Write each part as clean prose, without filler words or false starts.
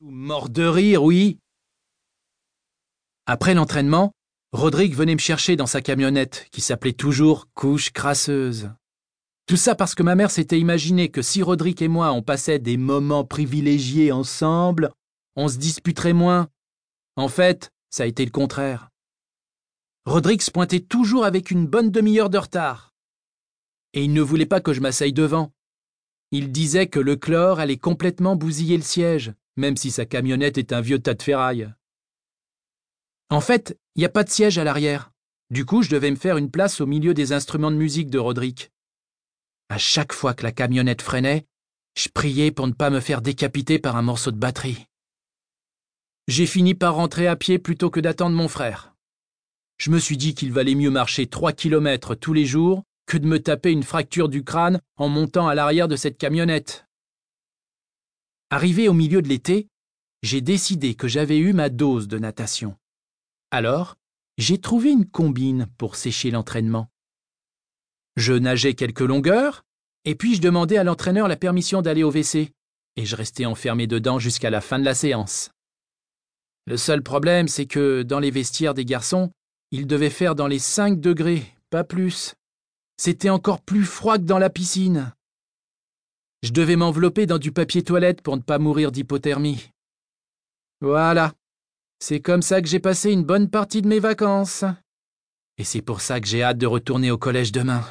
Mort de rire, oui. Après l'entraînement, Rodrigue venait me chercher dans sa camionnette, qui s'appelait toujours « Couche crasseuse ». Tout ça parce que ma mère s'était imaginé que si Rodrigue et moi on passait des moments privilégiés ensemble, on se disputerait moins. En fait, ça a été le contraire. Rodrigue se pointait toujours avec une bonne demi-heure de retard. Et il ne voulait pas que je m'asseye devant. Il disait que le chlore allait complètement bousiller le siège, même si sa camionnette est un vieux tas de ferraille. En fait, il n'y a pas de siège à l'arrière. Du coup, je devais me faire une place au milieu des instruments de musique de Rodrigue. À chaque fois que la camionnette freinait, je priais pour ne pas me faire décapiter par un morceau de batterie. J'ai fini par rentrer à pied plutôt que d'attendre mon frère. Je me suis dit qu'il valait mieux marcher 3 kilomètres tous les jours que de me taper une fracture du crâne en montant à l'arrière de cette camionnette. Arrivé au milieu de l'été, j'ai décidé que j'avais eu ma dose de natation. Alors, j'ai trouvé une combine pour sécher l'entraînement. Je nageais quelques longueurs, et puis je demandais à l'entraîneur la permission d'aller au WC, et je restais enfermé dedans jusqu'à la fin de la séance. Le seul problème, c'est que dans les vestiaires des garçons, il devait faire dans les 5 degrés, pas plus. C'était encore plus froid que dans la piscine. Je devais m'envelopper dans du papier toilette pour ne pas mourir d'hypothermie. Voilà, c'est comme ça que j'ai passé une bonne partie de mes vacances. Et c'est pour ça que j'ai hâte de retourner au collège demain.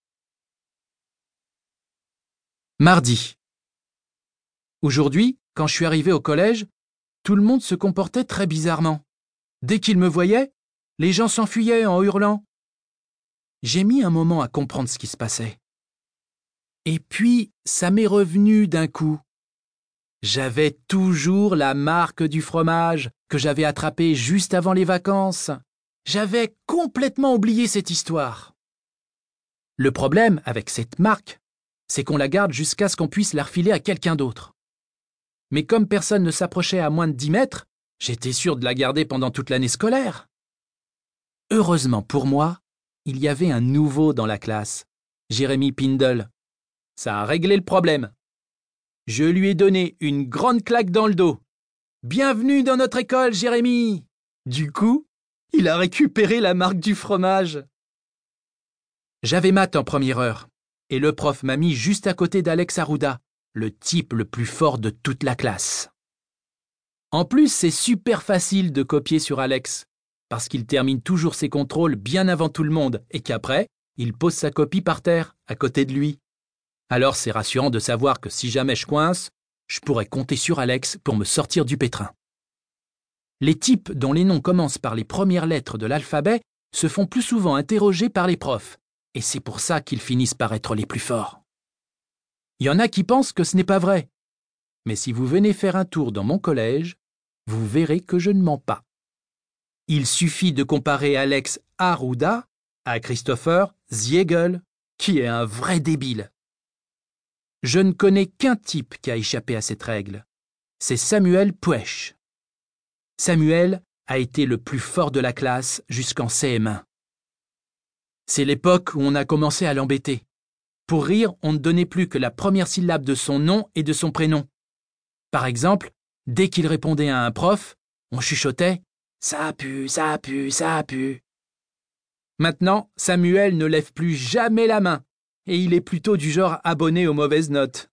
Mardi. Aujourd'hui, quand je suis arrivé au collège, tout le monde se comportait très bizarrement. Dès qu'ils me voyaient, les gens s'enfuyaient en hurlant. J'ai mis un moment à comprendre ce qui se passait. Et puis, ça m'est revenu d'un coup. J'avais toujours la marque du fromage que j'avais attrapé juste avant les vacances. J'avais complètement oublié cette histoire. Le problème avec cette marque, c'est qu'on la garde jusqu'à ce qu'on puisse la refiler à quelqu'un d'autre. Mais comme personne ne s'approchait à moins de 10 mètres, j'étais sûr de la garder pendant toute l'année scolaire. Heureusement pour moi, il y avait un nouveau dans la classe, Jérémy Pindle. Ça a réglé le problème. Je lui ai donné une grande claque dans le dos. « Bienvenue dans notre école, Jérémy !» Du coup, il a récupéré la marque du fromage. J'avais maths en première heure, et le prof m'a mis juste à côté d'Alex Arruda, le type le plus fort de toute la classe. En plus, c'est super facile de copier sur Alex, parce qu'il termine toujours ses contrôles bien avant tout le monde, et qu'après, il pose sa copie par terre, à côté de lui. Alors c'est rassurant de savoir que si jamais je coince, je pourrais compter sur Alex pour me sortir du pétrin. Les types dont les noms commencent par les premières lettres de l'alphabet se font plus souvent interroger par les profs, et c'est pour ça qu'ils finissent par être les plus forts. Il y en a qui pensent que ce n'est pas vrai, mais si vous venez faire un tour dans mon collège, vous verrez que je ne mens pas. Il suffit de comparer Alex Arruda à Christopher Ziegel, qui est un vrai débile. Je ne connais qu'un type qui a échappé à cette règle. C'est Samuel Puech. Samuel a été le plus fort de la classe jusqu'en CM1. C'est l'époque où on a commencé à l'embêter. Pour rire, on ne donnait plus que la première syllabe de son nom et de son prénom. Par exemple, dès qu'il répondait à un prof, on chuchotait « Ça pue, ça pue, ça pue ». Maintenant, Samuel ne lève plus jamais la main. Et il est plutôt du genre abonné aux mauvaises notes.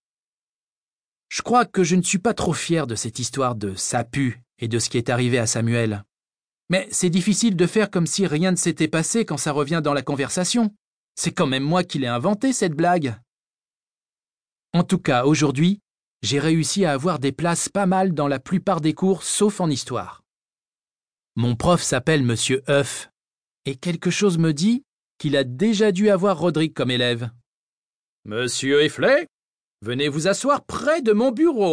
Je crois que je ne suis pas trop fier de cette histoire de « ça pue » et de ce qui est arrivé à Samuel. Mais c'est difficile de faire comme si rien ne s'était passé quand ça revient dans la conversation. C'est quand même moi qui l'ai inventé, cette blague. En tout cas, aujourd'hui, j'ai réussi à avoir des places pas mal dans la plupart des cours, sauf en histoire. Mon prof s'appelle Monsieur Huff, et quelque chose me dit qu'il a déjà dû avoir Rodrigue comme élève. « Monsieur Effley, venez vous asseoir près de mon bureau. »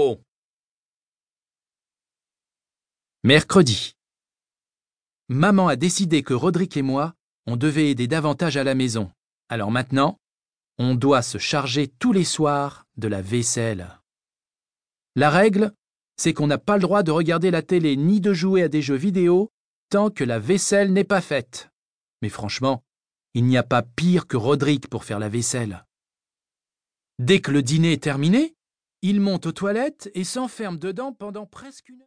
Mercredi. Maman a décidé que Rodrigue et moi, on devait aider davantage à la maison. Alors maintenant, on doit se charger tous les soirs de la vaisselle. La règle, c'est qu'on n'a pas le droit de regarder la télé ni de jouer à des jeux vidéo tant que la vaisselle n'est pas faite. Mais franchement, il n'y a pas pire que Rodrigue pour faire la vaisselle. Dès que le dîner est terminé, Il monte aux toilettes et s'enferme dedans pendant presque une heure.